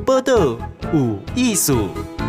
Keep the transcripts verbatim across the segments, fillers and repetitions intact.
报道有艺术。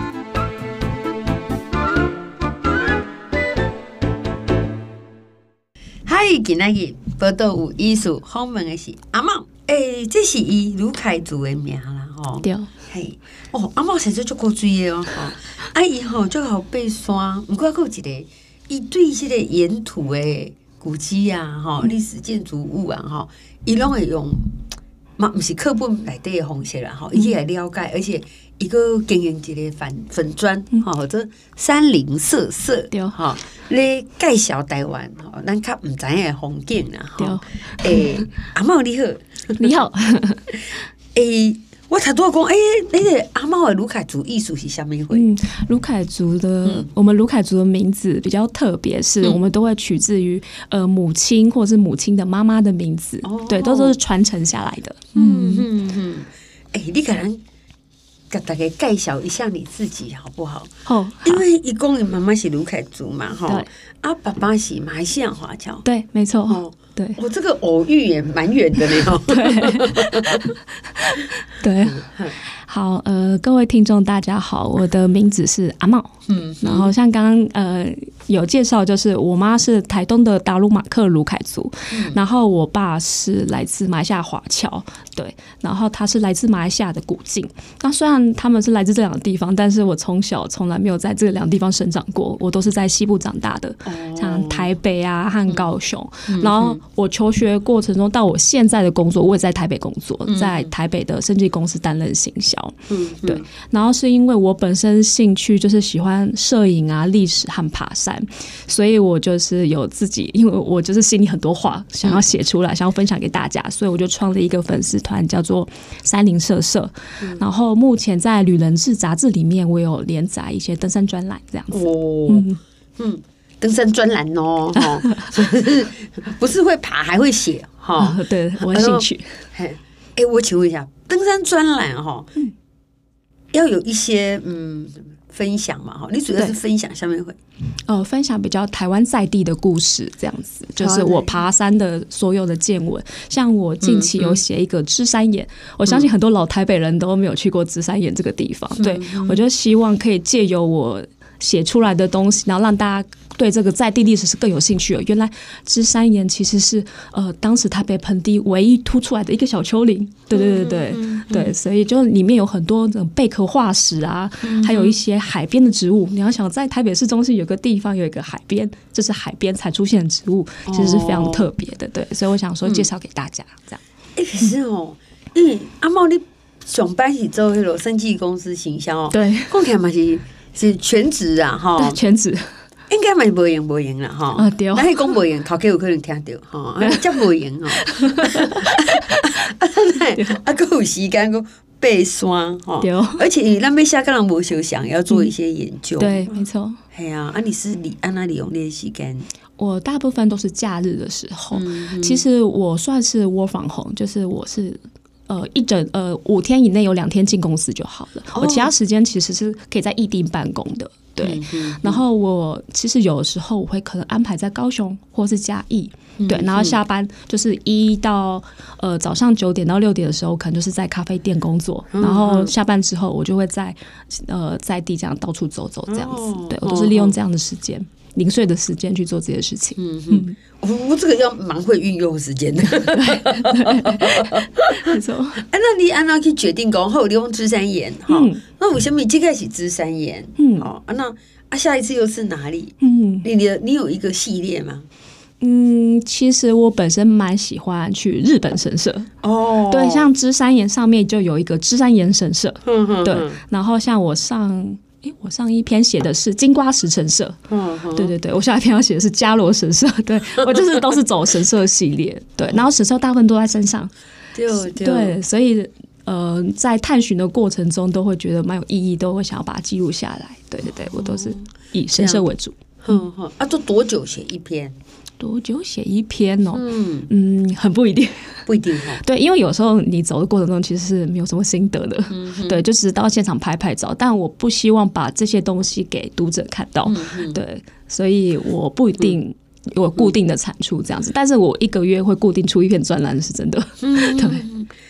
嗨，今仔日报道有艺术，访问的是阿茂。诶、欸，这是伊卢凯族的名啦，吼。 对。 嘿，哦，阿茂生出足够水的哦，吼。啊，伊吼足好爬山，毋过还有一个，伊对迄个沿途的古迹啊，吼，历史建筑物啊，吼，伊拢会用，嘛毋是课本内底的方式啦，吼，伊来了解，而且伊个经营一个粉粉砖，吼，或者山林色色， 对， 吼，咧介绍台湾，吼，咱较毋知影的风景啦，吼。诶、欸，阿茂你好， 你好， 诶、欸。我头拄讲，哎、欸，那个阿茂的卢凯族艺术是啥物货？ 嗯，卢凯族的，嗯、我们卢凯族的名字比较特别，是、嗯、我们都会取自于呃母亲或是母亲的妈妈的名字，哦、对，都是传承下来的。 嗯嗯嗯，哎、欸，你可能给大家介绍一下你自己好不好？ 哦， 因为一共你妈妈是卢凯族嘛，哈， 对， 啊，爸爸是马来西亚华侨， 对，没错，哦。对， 我、哦、这个偶遇也蛮远的呢。 对，对，好，呃，各位听众大家好，我的名字是阿茂，嗯，然后像刚刚呃有介绍，就是我妈是台东的达鲁马克卢凯族，嗯、然后我爸是来自马来西亚华侨，对，然后他是来自马来西亚的古晋。那虽然他们是来自这两个地方，但是我从小从来没有在这两个地方生长过，我都是在西部长大的，哦、像台北啊和高雄，嗯、然后。我求学过程中到我现在的工作，我也在台北工作，嗯、在台北的生技公司担任行销。嗯，对。然后是因为我本身兴趣就是喜欢摄影啊、历史和爬山，所以我就是有自己，因为我就是心里很多话想要写出来，嗯、想要分享给大家，所以我就创立一个粉丝团，叫做山林社社。嗯、然后目前在《旅人志》杂志里面，我有连载一些登山专栏，这样子。哦，嗯。 嗯登山专栏哦，不是会爬还会写哈、 哦？对，我兴趣。 哎、欸，我请问一下，登山专栏哈，嗯、要有一些嗯分享嘛哈？你主要是分享下面会呃分享比较台湾在地的故事，这样子，就是我爬山的所有的见闻。像我近期有写一个芝山岩，嗯、我相信很多老台北人都没有去过芝山岩这个地方，嗯、对我就希望可以借由我写出来的东西，然后让大家对这个在地历史是更有兴趣的。原来芝山岩其实是呃当时台北盆地唯一凸出来的一个小丘陵，对对对对、嗯嗯、对，所以就里面有很多种贝壳化石啊，嗯、还有一些海边的植物。你要想在台北市中心有个地方有一个海边，这是海边才出现的植物，其实是非常特别的。对，所以我想说介绍给大家、嗯、这样。 哎、欸，可是哦，因为阿茂你上班是做那种生技公司行销哦， 对， 讲起来嘛是。是全职啊，哈， 对，全职应该嘛是无用无用啦，哈。 啊，对。 咱讲无用，头家有可能听到，哈，真无用哦。啊，啊，还有时间讲爬山，哈， 对。 而且咱要写，跟人无相像，要做一些研究。 对，没错。 系啊，啊，你是你按哪利用这些时间？ 我大部分都是假日的时候。嗯、其实我算是 work from home， 就是我是。呃，一整呃五天以内有两天进公司就好了。哦、我其他时间其实是可以在异地办公的，对。嗯嗯、然后我其实有的时候我会可能安排在高雄或是嘉义，嗯、对。然后下班就是一到呃早上九点到六点的时候，可能就是在咖啡店工作。嗯、然后下班之后，我就会在呃在地这样到处走走这样子。哦、对我都是利用这样的时间。哦零碎的时间去做这些事情。嗯嗯， 我我这个要蛮会运用时间的。 没错。 啊，那你按照去决定讲好，你用芝山岩哈，嗯、那为什么最开始芝山岩？嗯，好啊，那啊下一次又是哪里？嗯，你你你有一个系列吗？ 嗯，其实我本身蛮喜欢去日本神社哦，对，像芝山岩上面就有一个芝山岩神社，嗯哼，对，然后像我上。欸、我上一篇写的是金瓜石神社，嗯，对对对，我下一篇要写的是迦罗神社，对我就是都是走神社系列，对，然后神社大部分都在山上， 对对， 对，所以呃，在探寻的过程中都会觉得蛮有意义，都会想要把它记录下来，对对对，我都是以神社为主。 嗯嗯，啊，都多久写一篇？ 多久写一篇哦？嗯嗯，很不一定， 不一定哈。 对，因为有时候你走的过程中其实是没有什么心得的，嗯、对，就只是到现场拍拍照。但我不希望把这些东西给读者看到，嗯、对，所以我不一定有固定的产出这样子。嗯、但是我一个月会固定出一篇专栏是真的，嗯、对。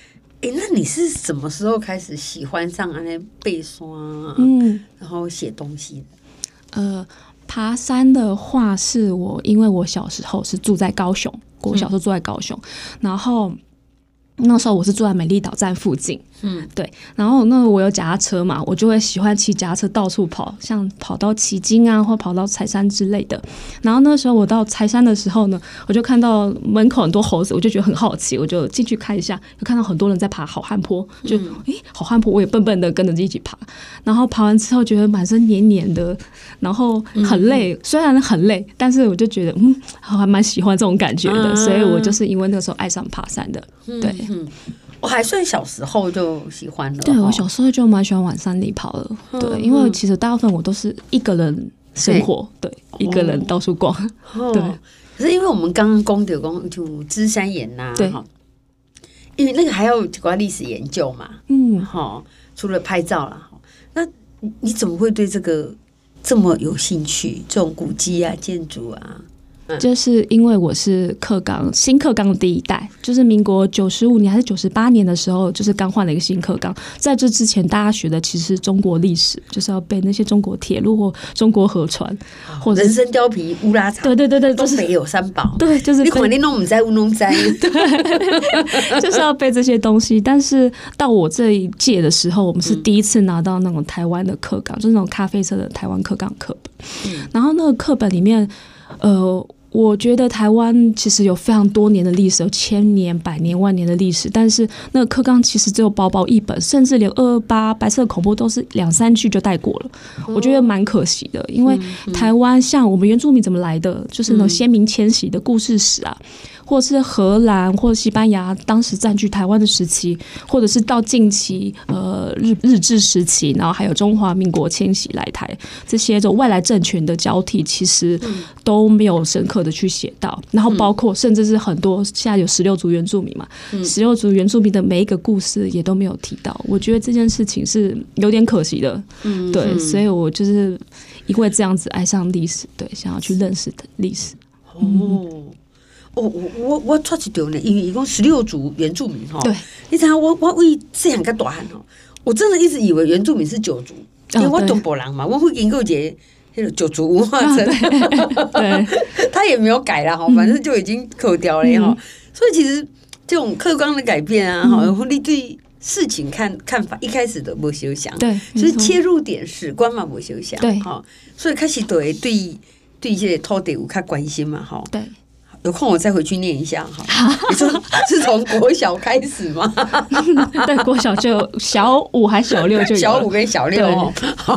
哎、欸，那你是什么时候开始喜欢上安那背山啊？ 嗯， 然后写东西的？ 呃，爬山的话，是我因为我小时候是住在高雄，我小时候住在高雄，嗯、然后那时候我是住在美丽岛站附近。嗯，对，然后那我有脚踏车嘛，我就会喜欢骑脚踏车到处跑，像跑到旗津啊，或跑到柴山之类的。然后那时候我到柴山的时候呢，我就看到门口很多猴子，我就觉得很好奇，我就进去看一下，就看到很多人在爬好汉坡，就诶、嗯，好汉坡，我也笨笨的跟着一起爬。然后爬完之后，觉得满身黏黏的，然后很累，嗯、虽然很累，但是我就觉得嗯，我还蛮喜欢这种感觉的，啊、所以我就是因为那个时候爱上爬山的。对。 嗯我还算小时候就喜欢了， 对，我小时候就蛮喜欢往山里跑的，嗯、对，因为其实大部分我都是一个人生活，对，对一个人到处逛，哦、对。 可是因为我们刚刚讲到讲就芝山岩呐，对，因为那个还要关历史研究嘛，嗯，哈，除了拍照啦，那你怎么会对这个这么有兴趣？这种古迹啊、建筑啊？ 就是因为我是课纲新课纲的第一代，就是民国九十五年还是九十八年的时候，就是刚换了一个新课纲。在这之前，大家学的其实是中国历史，就是要背那些中国铁路或中国河船，或者人参貂皮、乌拉草。 对对对对， 东北有三宝。 对，就是你可能弄不在乌弄在。 对，就是要背这些东西。但是到我这一届的时候，我们是第一次拿到那种台湾的课纲，就是那种咖啡色的台湾课纲课本。嗯、然后那个课本里面，呃。我觉得台湾其实有非常多年的历史，有千年、百年、万年的历史，但是那个课纲其实只有薄薄一本，甚至连二二八白色恐怖都是两三句就带过了，我觉得蛮可惜的。因为台湾像我们原住民怎么来的，就是那种先民迁徙的故事史啊，或是荷兰或西班牙当时占据台湾的时期，或者是到近期呃日日治时期，然后还有中华民国迁徙来台，这些种外来政权的交替，其实都没有深刻的去写到。然后包括甚至是很多现在有十六族原住民嘛，十六族原住民的每一个故事也都没有提到。我觉得这件事情是有点可惜的，对，所以我就是因为这样子爱上历史，对，想要去认识历史。 哦。哦，我我我出一条呢，因为一共十六族原住民哈。 对， 你知道我我为这样个大汉哦，我真的一直以为原住民是九族，因为我东北人嘛，我会研究节那个九族文化证，对，他也没有改啦哈，反正就已经扣掉了哈。嗯、所以其实这种客观的改变啊，哈、嗯，你对事情看看法一开始都没想想， 对， 就是切入点史观嘛没想想， 对哈，所以开始就会对对一些土地有较关心嘛，哈， 对。 有空我再回去念一下哈。你说是从国小开始吗？ 对，国小就小五还小六就有小五跟小六哦。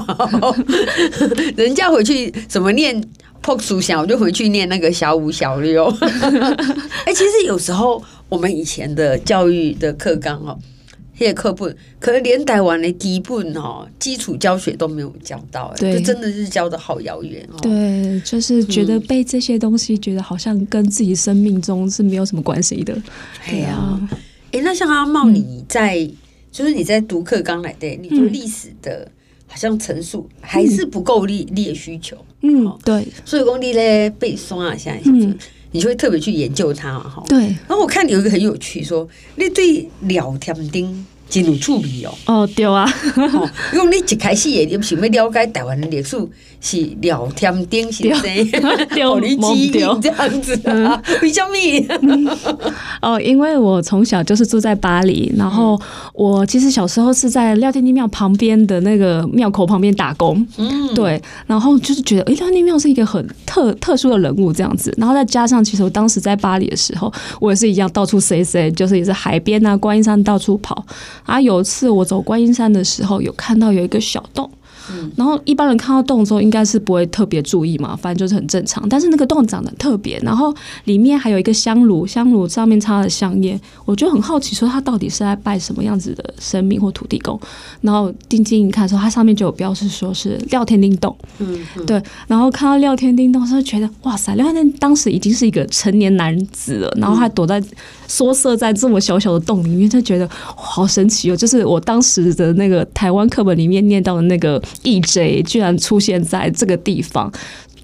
人家回去怎么念破书想，我就回去念那个小五小六。哎、欸，其实有时候我们以前的教育的课纲哦。那些课本可能连台湾的基本哦基础教学都没有教到，哎，就真的是教的好遥远哦。 对，就是觉得背这些东西，嗯、觉得好像跟自己生命中是没有什么关系的。对啊， 哎、欸，那像阿茂，你在、嗯、就是你在读课纲来的，你对历史的好像陈述还是不够力力的需求。 嗯， 哦、对， 所以讲你咧背诵啊，现在想说。嗯你就会特别去研究它哈。 对。 然后我看有一个很有趣，说你对廖添丁真有趣味哦。 哦，对啊。 哦，因为你一开始也想要了解台湾的历史是廖添丁先生，哦，你基因这样子啊？为什么？ 哦，因为我从小就是住在巴黎，然后我其实小时候是在廖天丁庙旁边的那个庙口旁边打工。嗯。对，然后就是觉得，哎，廖天丁庙是一个很特特殊的人物这样子，然后再加上，其实我当时在巴黎的时候，我也是一样到处 say say， 就是也是海边啊、观音山到处跑。啊，有一次我走观音山的时候，有看到有一个小洞。嗯、然后一般人看到洞之后应该是不会特别注意嘛，反正就是很正常。但是那个洞长得很特别，然后里面还有一个香炉，香炉上面插了香叶，我就很好奇说它到底是在拜什么样子的神明或土地公。然后定睛一看的时候，它上面就有标示说是廖天丁洞。嗯，嗯对。然后看到廖天丁洞，就觉得哇塞，廖天丁当时已经是一个成年男子了，然后还躲在缩射在这么小小的洞里面，就觉得好神奇哦！就是我当时的那个台湾课本里面念到的那个义贼居然出现在这个地方，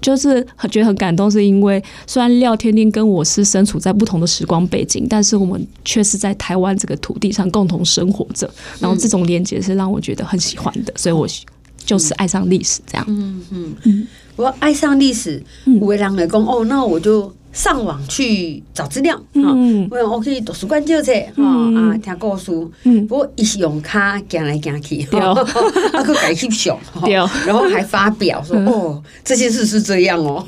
就是觉得很感动，是因为虽然廖天丁跟我是身处在不同的时光背景，但是我们却是在台湾这个土地上共同生活着，然后这种连结是让我觉得很喜欢的，所以我就是爱上历史这样。 嗯嗯嗯，我爱上历史，有的人来讲哦，那我就上网去找资料，嗯，我我去图书馆借册，哈啊，听故事，嗯，不过伊是用卡行来行去，对，啊，佮改翕相，对，然后还发表说，哦，这件事是这样哦，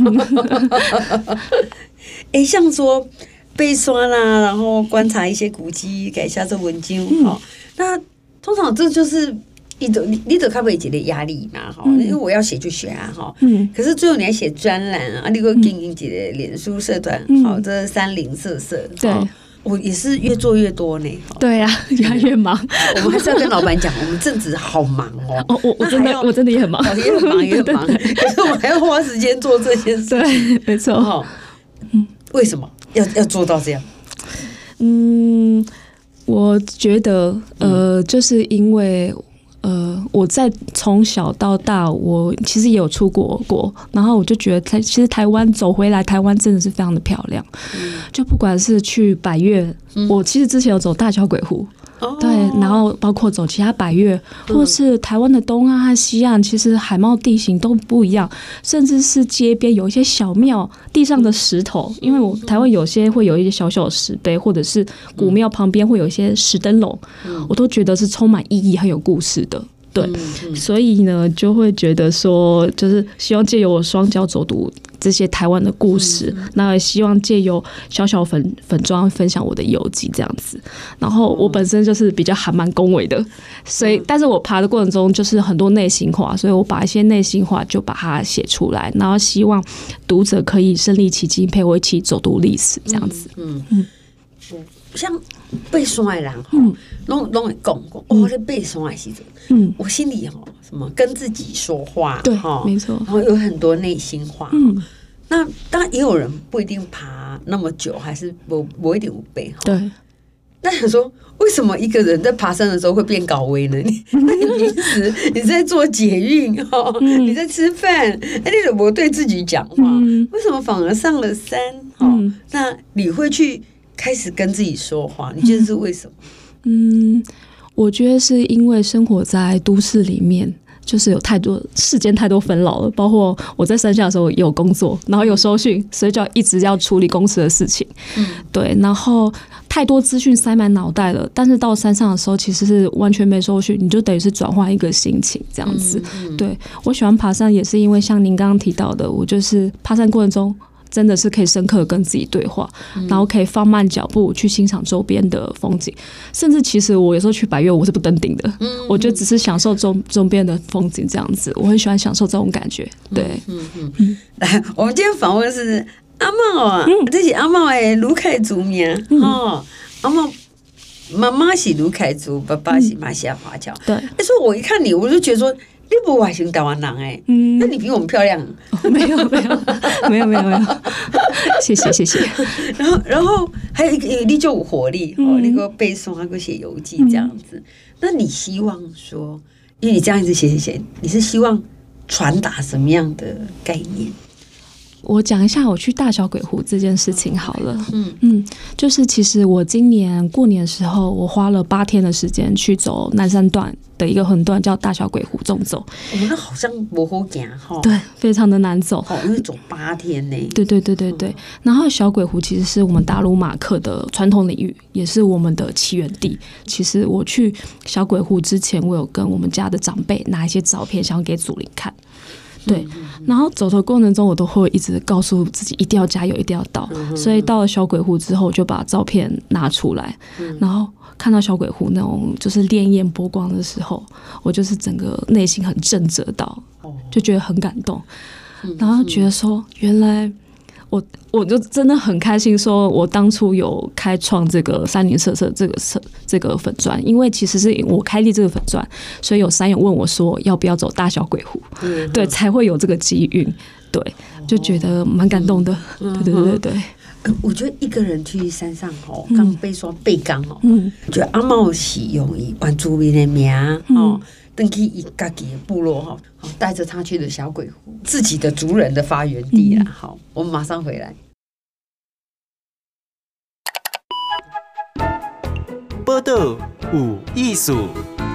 哎，像说背刷啦，然后观察一些古迹，改下这文章，哈，那通常这就是。你得你得较袂一个压力嘛，哈、嗯，因为我要写就写啊，哈，嗯，可是最后你要写专栏啊，你个经营一个脸书社团，好、嗯，这三零社社，对，我也是越做越多呢， 对啊，越来越忙， 我们还是要跟老板讲，我们正职好忙哦， 哦，我我真的我真的也很忙， 哦、也很忙也很忙，可是我还要花时间做这件事情， 对，没错，哈， 嗯，为什么要要做到这样？ 嗯，我觉得呃，就是因为。呃，我在从小到大，我其实也有出国过，然后我就觉得台，其实台湾走回来，台湾真的是非常的漂亮。嗯、就不管是去百岳，嗯、我其实之前有走大小鬼湖，哦、对，然后包括走其他百岳，或是台湾的东岸和西岸，其实海貌地形都不一样，甚至是街边有一些小庙，地上的石头，因为我台湾有些会有一些小小的石碑，或者是古庙旁边会有一些石灯笼，嗯、我都觉得是充满意义、很有故事的。对，嗯嗯、所以呢，就会觉得说，就是希望借由我双脚走读这些台湾的故事，那、嗯、也希望借由小小粉粉专分享我的游记这样子。然后我本身就是比较还蛮恭维的，所以，但是我爬的过程中就是很多内心话，所以我把一些内心话就把它写出来，然后希望读者可以身临其境，陪我一起走读历史这样子。嗯嗯。 嗯像爬山的人吼，拢拢会讲过，哦，你爬山的时阵，嗯，我心里吼什么跟自己说话， 对，没错， 然后有很多内心话，嗯，那当然也有人不一定爬那么久，还是我我一定有背， 对。 那想说，为什么一个人在爬山的时候会变高危呢？你那你平时你在做捷运哈，嗯、你在吃饭，哎，你怎么对自己讲话？嗯、为什么反而上了山？哈、嗯，那你会去。开始跟自己说话，你觉得是为什么？ 嗯，我觉得是因为生活在都市里面，就是有太多世间太多纷扰了。包括我在山下的时候有工作，然后有收讯，所以就要一直要处理公司的事情。嗯，对，然后太多资讯塞满脑袋了。但是到山上的时候，其实是完全没收讯，你就等于是转换一个心情这样子。嗯嗯、对，我喜欢爬山，也是因为像您刚刚提到的，我就是爬山过程中。真的是可以深刻跟自己对话，嗯、然后可以放慢脚步去欣赏周边的风景，甚至其实我有时候去百岳我是不登顶的，嗯、我就只是享受周周边的风景这样子，我很喜欢享受这种感觉。对，嗯嗯嗯。来，我们今天访问是阿茂啊，嗯、这是阿茂的鲁凯族名、嗯、哦，阿茂妈妈是鲁凯族，爸爸是马来西亚华侨。对，所以我一看你，我就觉得说。你不外形台湾人哎，嗯，那你比我们漂亮。 哦、没有没有没有没有没有，谢谢谢谢。 然后然后还有一个，你就有活力哦，那个背诵那个写游记这样子。嗯、那你希望说，因为你这样一直写写写，你是希望传达什么样的概念？ 我讲一下我去大小鬼湖这件事情好了。嗯嗯，就是其实我今年过年的时候，我花了八天的时间去走南山段的一个横段，叫大小鬼湖纵走。 我们那好像不好走哈。 对，非常的难走。 哦，因为走八天呢。 对对对对对。嗯、然后小鬼湖其实是我们达鲁马克的传统领域，也是我们的起源地。其实我去小鬼湖之前，我有跟我们家的长辈拿一些照片，想要给祖灵看。对，然后走的过程中，我都会一直告诉自己一定要加油，一定要到。嗯、所以到了小鬼湖之后，我就把照片拿出来，嗯、然后看到小鬼湖那种就是潋滟波光的时候，我就是整个内心很震慑到，就觉得很感动，嗯、然后觉得说原来。我我就真的很开心，说我当初有开创这个三零社社这个社这个粉专，因为其实是我开立这个粉专，所以有山友问我说要不要走大小鬼湖，嗯、对，才会有这个机运，对，就觉得蛮感动的，嗯、对对对对。 呃、我觉得一个人去山上吼，刚被说背刚哦，嗯，觉得阿茂是用原住民的名哦。 登去伊家己的部落哈，好带着他去的小鬼湖，自己的族人的发源地啦。好，我们马上回来。 报道有艺术。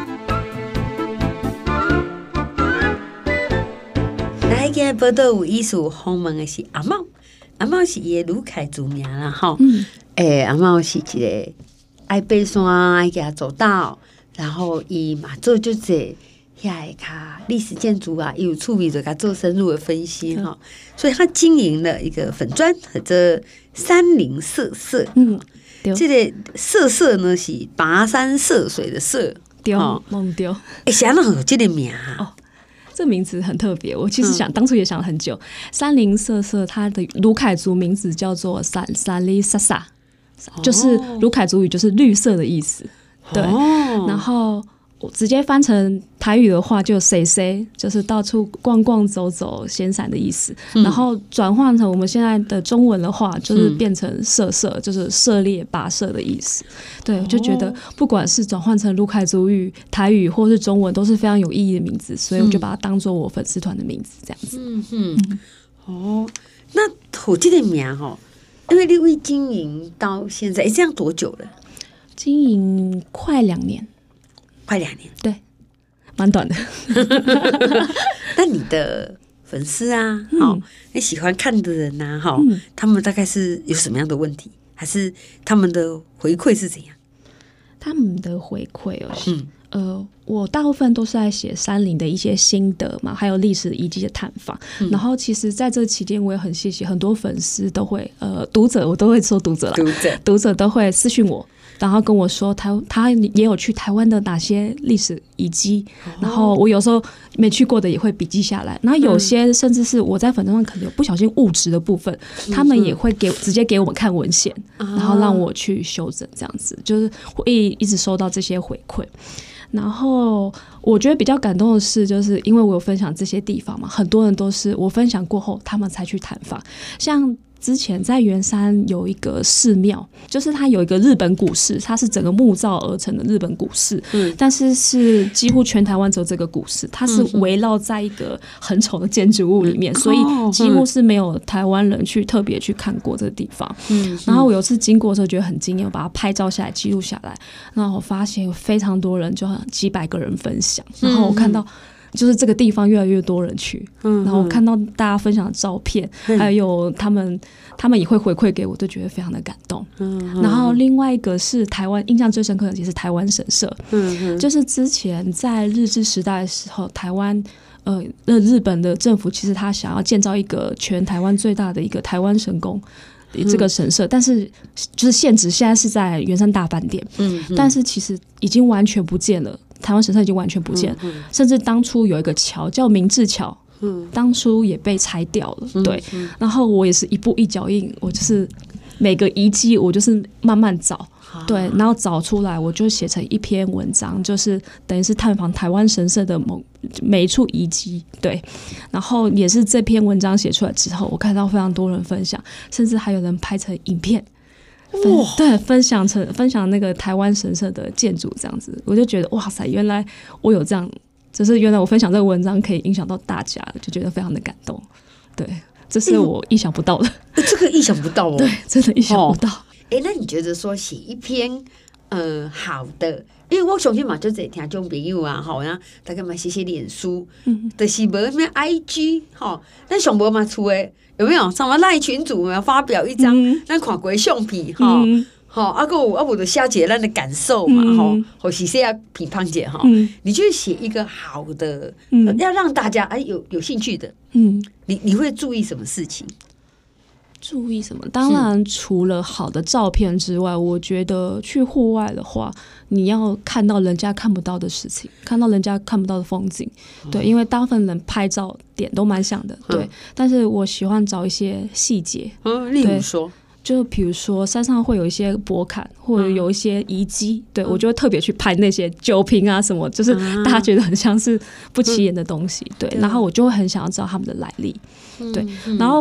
来，今日报道有艺术，访问的是阿茂，阿茂是伊的鲁凯族名啦，吼。嗯。诶、欸，阿茂是一个爱爬山、爱行走道，然后伊嘛做就这遐个卡历史建筑啊，有趣味就甲做深入的分析哈、嗯。所以他经营了一个粉专和这山林色色，嗯，这个色色呢是跋山涉水的涉， 对，梦丢。 诶，想到有这个名啊。 哦，这名字很特别，我其实想、嗯、当初也想了很久。山林色色，它的鲁凯族名字叫做山山里萨萨，就是鲁凯族语就是绿色的意思。对，哦、然后我直接翻成台语的话，就 say say， 就是到处逛逛走走、闲散的意思。嗯、然后转换成我们现在的中文的话，就是变成射射，嗯、就是射猎、跋涉的意思。对，我就觉得不管是转换成鲁凯族语、台语或是中文，都是非常有意义的名字，所以我就把它当做我粉丝团的名字这样子。 嗯嗯，哦，那我这个名哈，因为你为经营到现在，哎，这样多久了？ 经营快两年。 快两年， 对，蛮短的。 那你的粉丝啊，好、嗯，你喜欢看的人呐、啊，哈、嗯，他们大概是有什么样的问题，还是他们的回馈是怎样？ 他们的回馈哦，嗯，呃，我大部分都是在写山林的一些心得嘛，还有历史遗迹的探访。嗯、然后，其实在这期间，我也很谢谢很多粉丝都会，呃，读者我都会说读者啦， 读者读者都会私讯我。然后跟我说台他也有去台湾的哪些历史遗迹，哦、然后我有时候没去过的也会笔记下来。然后有些甚至是我在粉专上可能有不小心误植的部分，嗯、他们也会给直接给我们看文献，嗯、然后让我去修正，这样子就是会一直收到这些回馈。然后我觉得比较感动的是，就是因为我有分享这些地方嘛，很多人都是我分享过后，他们才去探访，像。之前在圆山有一个寺庙，就是它有一个日本古寺，它是整个木造而成的日本古寺，嗯，但是是几乎全台湾只有这个古寺，它是围绕在一个很丑的建筑物里面，嗯、所以几乎是没有台湾人去特别去看过这个地方。嗯，然后我有次经过的时候觉得很惊艳，我把它拍照下来记录下来，然后我发现有非常多人，就几百个人分享，然后我看到。就是这个地方越来越多人去，嗯、然后我看到大家分享的照片，嗯、还有他们他们也会回馈给我，都觉得非常的感动。嗯、然后另外一个是台湾印象最深刻的，也是台湾神社，嗯、就是之前在日治时代的时候，台湾呃日本的政府其实他想要建造一个全台湾最大的一个台湾神宫。这个神社，但是就是现址现在是在圆山大饭店，嗯，但是其实已经完全不见了。台湾神社已经完全不见了，嗯嗯、甚至当初有一个桥叫明治桥，嗯，当初也被拆掉了，嗯、对。嗯、然后我也是一步一脚印，我就是每个遗迹我就是慢慢找，对，然后找出来我就写成一篇文章，就是等于是探访台湾神社的某每一处遗迹，对。然后也是这篇文章写出来之后，我看到非常多人分享，甚至还有人拍成影片。分对分享成分享那个台湾神社的建筑这样子，我就觉得哇塞，原来我有这样，就是原来我分享这个文章可以影响到大家，就觉得非常的感动。对，这是我意想不到的， 欸、这个意想不到哦， 对，真的意想不到。 哎、哦欸，那你觉得说写一篇呃好的？因为我相信嘛，就这听众朋友啊，吼，然后大家嘛写写脸书，嗯，就是无什么 I G， 吼，咱上无嘛出诶，有没有？什么赖群组有没有发表一张咱看过的相片，吼，吼，啊个啊我的写一个咱的感受嘛，吼、嗯，或是写评判者哈，你就写一个好的，嗯、要让大家哎有有兴趣的，嗯，你你会注意什么事情？ 注意什么？当然，除了好的照片之外，我觉得去户外的话，你要看到人家看不到的事情，看到人家看不到的风景。对，因为大部分人拍照点都蛮像的，对。嗯、但是我喜欢找一些细节， 嗯，例如说， 就比如说山上会有一些博坎，或者有一些遗迹，对我就会特别去拍那些酒瓶啊什么，就是大家觉得很像是不起眼的东西，对。然后我就会很想要知道他们的来历。对，然后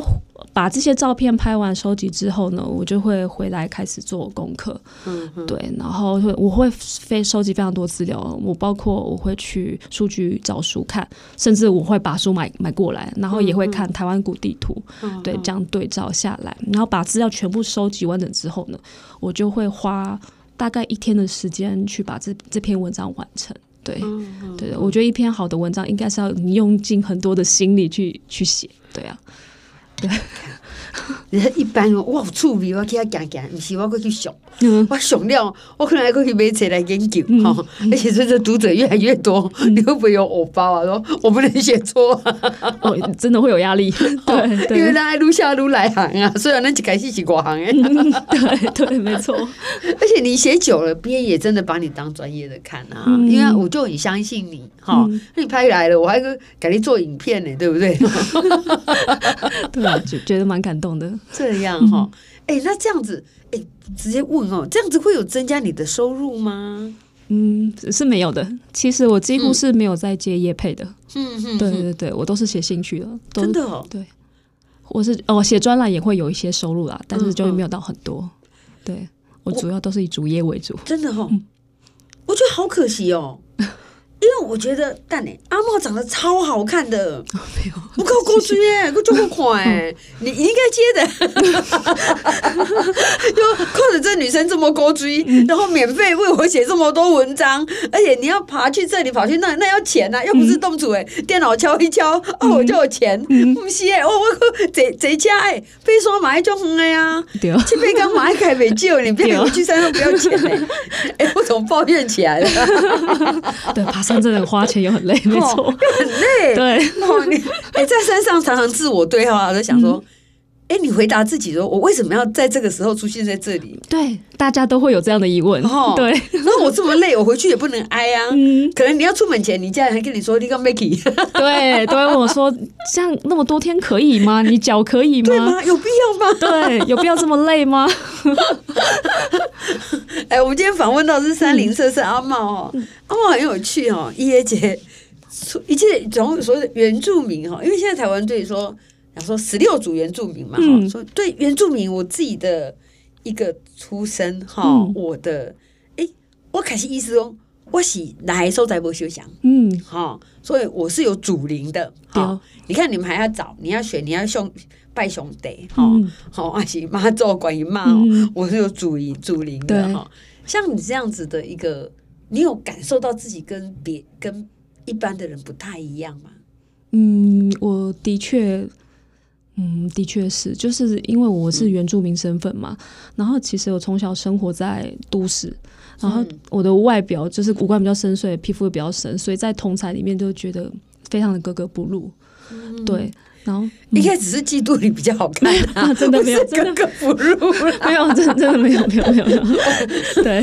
把这些照片拍完收集之后呢，我就会回来开始做功课。嗯，对，然后会我会非收集非常多资料，我包括我会去书局找书看，甚至我会把书买买过来，然后也会看台湾古地图，嗯、对，这样对照下来，然后把资料全部收集完整之后呢，我就会花大概一天的时间去把这这篇文章完成。对，嗯、对，我觉得一篇好的文章应该是要你用尽很多的心力去去写，对啊，对。 一般我有趣味，我去遐行行，不是我过去想，嗯、我想了，我可能还过去买册来研究哈、嗯。而且随着读者越来越多，嗯、你会不会有偶包啊？说我不能写错、啊哦，真的会有压力。对，对因为咱爱愈写愈来行啊。虽然咱一开始是外行诶、 嗯，对对，没错。 而且你写久了，别人也真的把你当专业的看啊。嗯、因为我就很相信你哈，嗯、你拍来了，我还给你做影片呢，对不对？ 对啊，觉觉得蛮感动的。 这样哈，哎、嗯欸，那这样子，哎、欸，直接问哦，这样子会有增加你的收入吗？ 嗯，是没有的。其实我几乎是没有在接业配的。嗯嗯，对对对，我都是写兴趣的。 真的哦。 对，我是哦，写专栏也会有一因收入啦，但是就没有到很多。嗯、对我主要都是以主业为主。 真的哦，嗯、我觉得好可惜哦。因为我觉得蛋呢、欸，阿茂长得超好看的，哦、没有，我够够追耶，我就够快哎，你你应该接的，就看着这女生这么够追，嗯、然后免费为我写这么多文章，而且你要爬去这里跑去那，那要钱呐、啊，又不是动主哎，嗯、电脑敲一敲，哦我就有钱，嗯、不是哎，我我坐坐车哎，飞山嘛迄种远的呀，对，去飞岗嘛还开袂少，你不要我去山上不要钱哎，哎、欸、我怎么抱怨起来了？ 对，爬山真的花钱又很累，没错， 哦、又很累。 对， 哦，你哎、欸，在山上常常自我对话，我就想说，哎、嗯欸，你回答自己说，我为什么要在这个时候出现在这里？ 对，大家都会有这样的疑问。哦，对， 那我这么累，我回去也不能哀啊。嗯，可能你要出门前，你家人还跟你说，你刚 Mickey， 对， 都会问我说，这样那么多天可以吗？你脚可以吗？ 对吗？有必要吗？ 对，有必要这么累吗？ 哎、欸，我们今天访问到是三零社是阿茂哦，嗯、阿茂很有趣哦，一爷姐，一切总所谓的原住民哈，因为现在台湾对说，讲说十六族原住民嘛哈，嗯、说对原住民我自己的一个出身哈，嗯、我的哎、欸，我开始意思说，我是来所在无相像，嗯哈，所以我是有祖灵的哈。你看你们还要找，你要选，你要兄拜兄弟哈，好还是妈祖观音妈，嗯、我是有祖灵祖灵的哈。像你这样子的一个，你有感受到自己跟别跟一般的人不太一样吗？ 嗯，我的确，嗯，的确是，就是因为我是原住民身份嘛，嗯、然后其实我从小生活在都市，然后我的外表就是五官比较深邃，皮肤也比较深，所以在同侪里面就觉得非常的格格不入。嗯、对，然后、嗯、 应该只是嫉妒你比较好看、啊， 真的没有， 格格不入， 没有，真的真的没有，没有，没有，没有，对。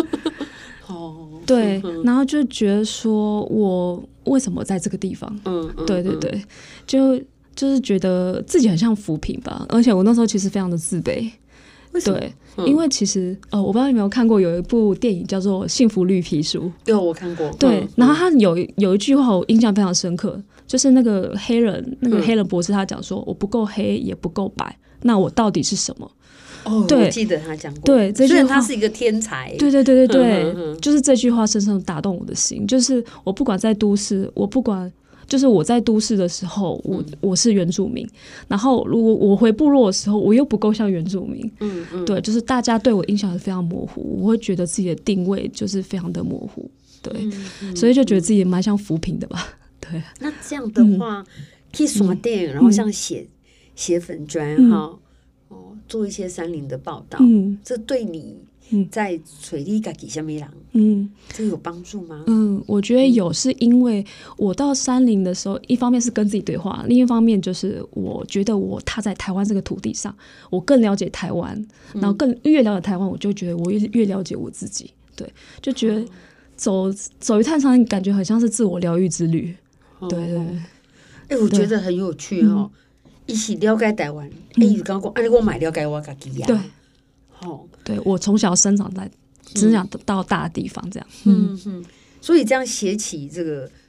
对，然后就觉得说我为什么在这个地方？嗯，对对对，就就是觉得自己很像浮萍吧，而且我那时候其实非常的自卑。 为什么？ 对，嗯、因为其实呃，我不知道你有没有看过有一部电影叫做《幸福绿皮书》。 有，我看过。 对， 嗯、 然后他有有一句话我印象非常深刻，就是那个黑人那个黑人博士他讲说：“我不够黑，也不够白，那我到底是什么？” 哦，对，我记得他讲过。 对，这句话虽然他是一个天才。 对对对对对，嗯、哼哼就是这句话深深打动我的心。就是我不管在都市，我不管，就是我在都市的时候，我、嗯、我是原住民，然后如果我回部落的时候，我又不够像原住民。嗯嗯，对，就是大家对我印象也非常模糊，我会觉得自己的定位就是非常的模糊。对，嗯嗯、所以就觉得自己蛮像浮萍的吧。对， 那这样的话，嗯、可以刷电，然后像写写、嗯、粉专哈。哦，做一些山林的报道，嗯，这对你在水里自己什么人，嗯，这有帮助吗？ 嗯，我觉得有，是因为我到山林的时候，一方面是跟自己对话，另一方面就是我觉得我踏在台湾这个土地上，我更了解台湾，然后更越了解台湾，我就觉得我越越了解我自己，对，就觉得走走一趟山，感觉很像是自我疗愈之旅，哦、对对对，哎、 欸，我觉得很有趣哦。嗯一起了解台湾，哎、欸，刚讲，按你我买了解我自己呀。 对，哦，对我从小生长在生长到大的地方，这样。嗯嗯，所以这样写起这个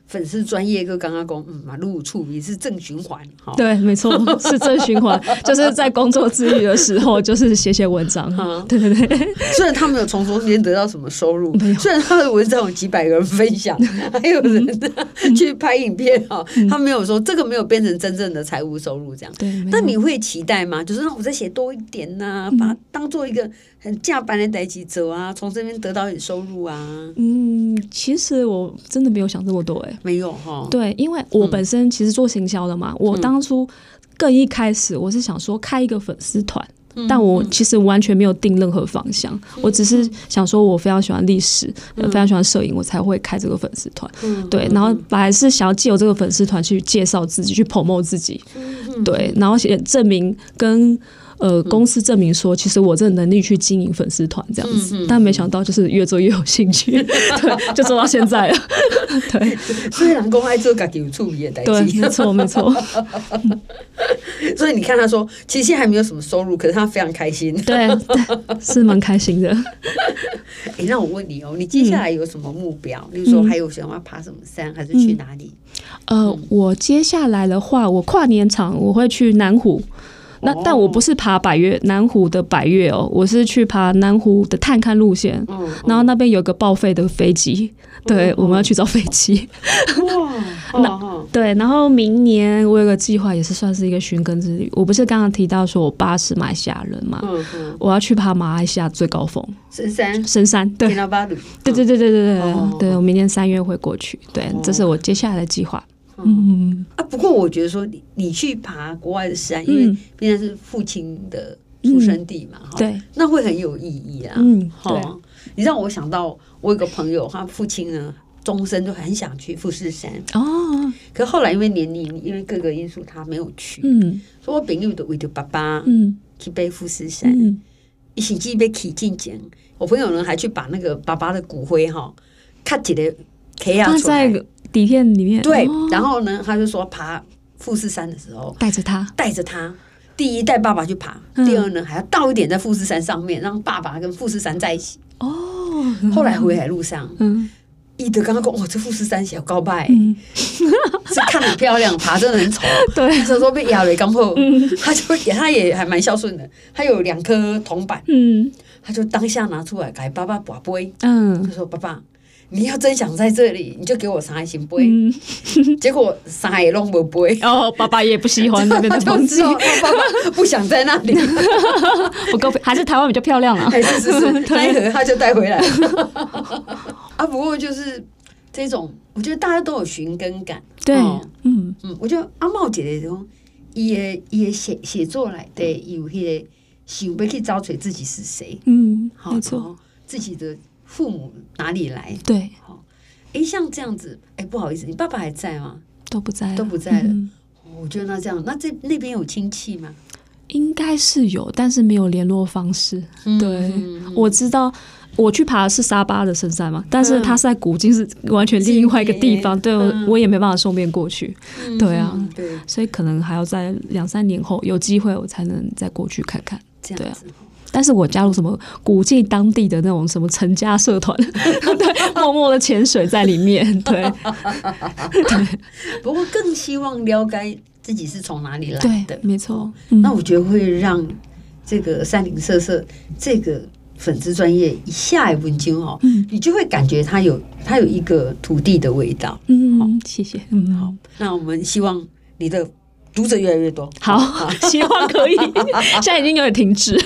粉丝专业个刚刚讲，嗯，马路处也是正循环，哈， 对，没错，是正循环，就是在工作之余的时候，就是写写文章，对对对。 虽然他没有从中间得到什么收入，虽然他的文章有几百个人分享，还有人去拍影片哈，嗯、他没有说这个没有变成真正的财务收入这样。 对， 那你会期待吗？就是让我再写多一点呐、啊，把它当做一个很架板的代志做啊，从这边得到一点收入啊。 嗯，其实我真的没有想这么多哎、欸， 没有哈。 对，因为我本身其实做行销的嘛，嗯、我当初更一开始我是想说开一个粉丝团。但我其实完全没有定任何方向，嗯、我只是想说，我非常喜欢历史，嗯、非常喜欢摄影，我才会开这个粉丝团。嗯、对，然后本来是想要借由这个粉丝团去介绍自己，去 promote 自己，嗯、对，然后也证明跟呃公司证明说，其实我这能力去经营粉丝团这样子。嗯、但没想到就是越做越有兴趣，对，就做到现在了。对， 所以人讲爱做自己有趣味的代志， 对，没错没错。 所以你看他说，其实还没有什么收入，可是他非常开心。 对，是蛮开心的。 哎、欸，那我问你哦，你接下来有什么目标？比、嗯、如说还有想要爬什么山，还是去哪里？ 嗯、呃，我接下来的话，我跨年场我会去南湖。那但我不是爬百岳南湖的百岳哦，我是去爬南湖的探勘路线，嗯嗯、然后那边有个报废的飞机，对，嗯、我们要去找飞机。哇，那对，然后明年我有个计划，也是算是一个寻根之旅。我不是刚刚提到说我爸是马来西亚人嘛，嗯嗯、我要去爬马来西亚最高峰深山， 深山，对，对对对对对对，哦、对，我明年三月会过去，对，哦、这是我接下来的计划。 嗯啊，不过我觉得说你你去爬国外的山，因为毕竟是父亲的出生地嘛，哈、嗯，对，那会很有意义啊。嗯，对，你让我想到我有个朋友，他父亲呢终身就很想去富士山哦，可后来因为年龄，因为各个因素，他没有去。嗯，所以我朋友就为了爸爸，嗯，去背富士山，嗯，一起去被起进前，我朋友呢还去把那个爸爸的骨灰哈，看起来可以出来。 底片里面对，哦、然后呢，他就说爬富士山的时候， 带着他， 带着他，第一带爸爸去爬，嗯、第二呢还要倒一点在富士山上面，让爸爸跟富士山在一起。哦，后来回来路上，嗯，伊德刚刚讲，哦，这富士山小高拜，嗯、是看很漂亮，爬真的很丑。对，那时候被压了刚后，嗯、他就他也还蛮孝顺的，他有两颗铜板，嗯，他就当下拿出来给爸爸拔杯，嗯，他说爸爸。你要真想在这里，你就给我三个行杯。嗯、结果三个也弄不杯。哦， 爸爸也不喜欢那边的风景， 爸爸不想在那里， 不够，还是台湾比较漂亮啊。 还是是是，那一盒他就带回来啊。不过就是这种，我觉得大家都有寻根感。 对， 哦、嗯嗯，我觉得阿茂姐的种，伊的伊的写写作来的有迄个想要去找出自己是谁。嗯， 没错， 自己的。父母哪里来？ 对， 好，哎，像这样子，哎，不好意思，你爸爸还在吗？ 都不在了， 都不在了。嗯、我觉得那这样，那这那边有亲戚吗？ 应该是有，但是没有联络方式。嗯、对，嗯、我知道，我去爬的是沙巴的深山嘛，但是他是在古晋，是完全另外一个地方，嗯、对、嗯、我也没办法送便过去。嗯、对啊，对，所以可能还要在两三年后有机会，我才能再过去看看。 这样子。 但是我加入什么古晋当地的那种什么陈家社团，对，默默的潜水在里面，对，对。 不过更希望了解自己是从哪里来的， 没错。 嗯、那我觉得会让这个三零色色这个粉丝专业一下一文章哦，嗯、你就会感觉它有它有一个土地的味道。 嗯，好谢谢。嗯， 好，那我们希望你的。读者越来越多， 好，希望可以。现在已经有点停止。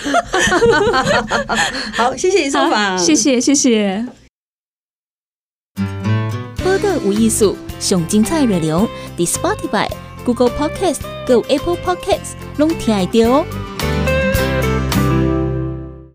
好，谢谢你受访， 谢谢谢谢。 报道有艺术，上精彩内容，伫 Spotify、Google Podcast、跟 Apple Podcast 拢听得到哦。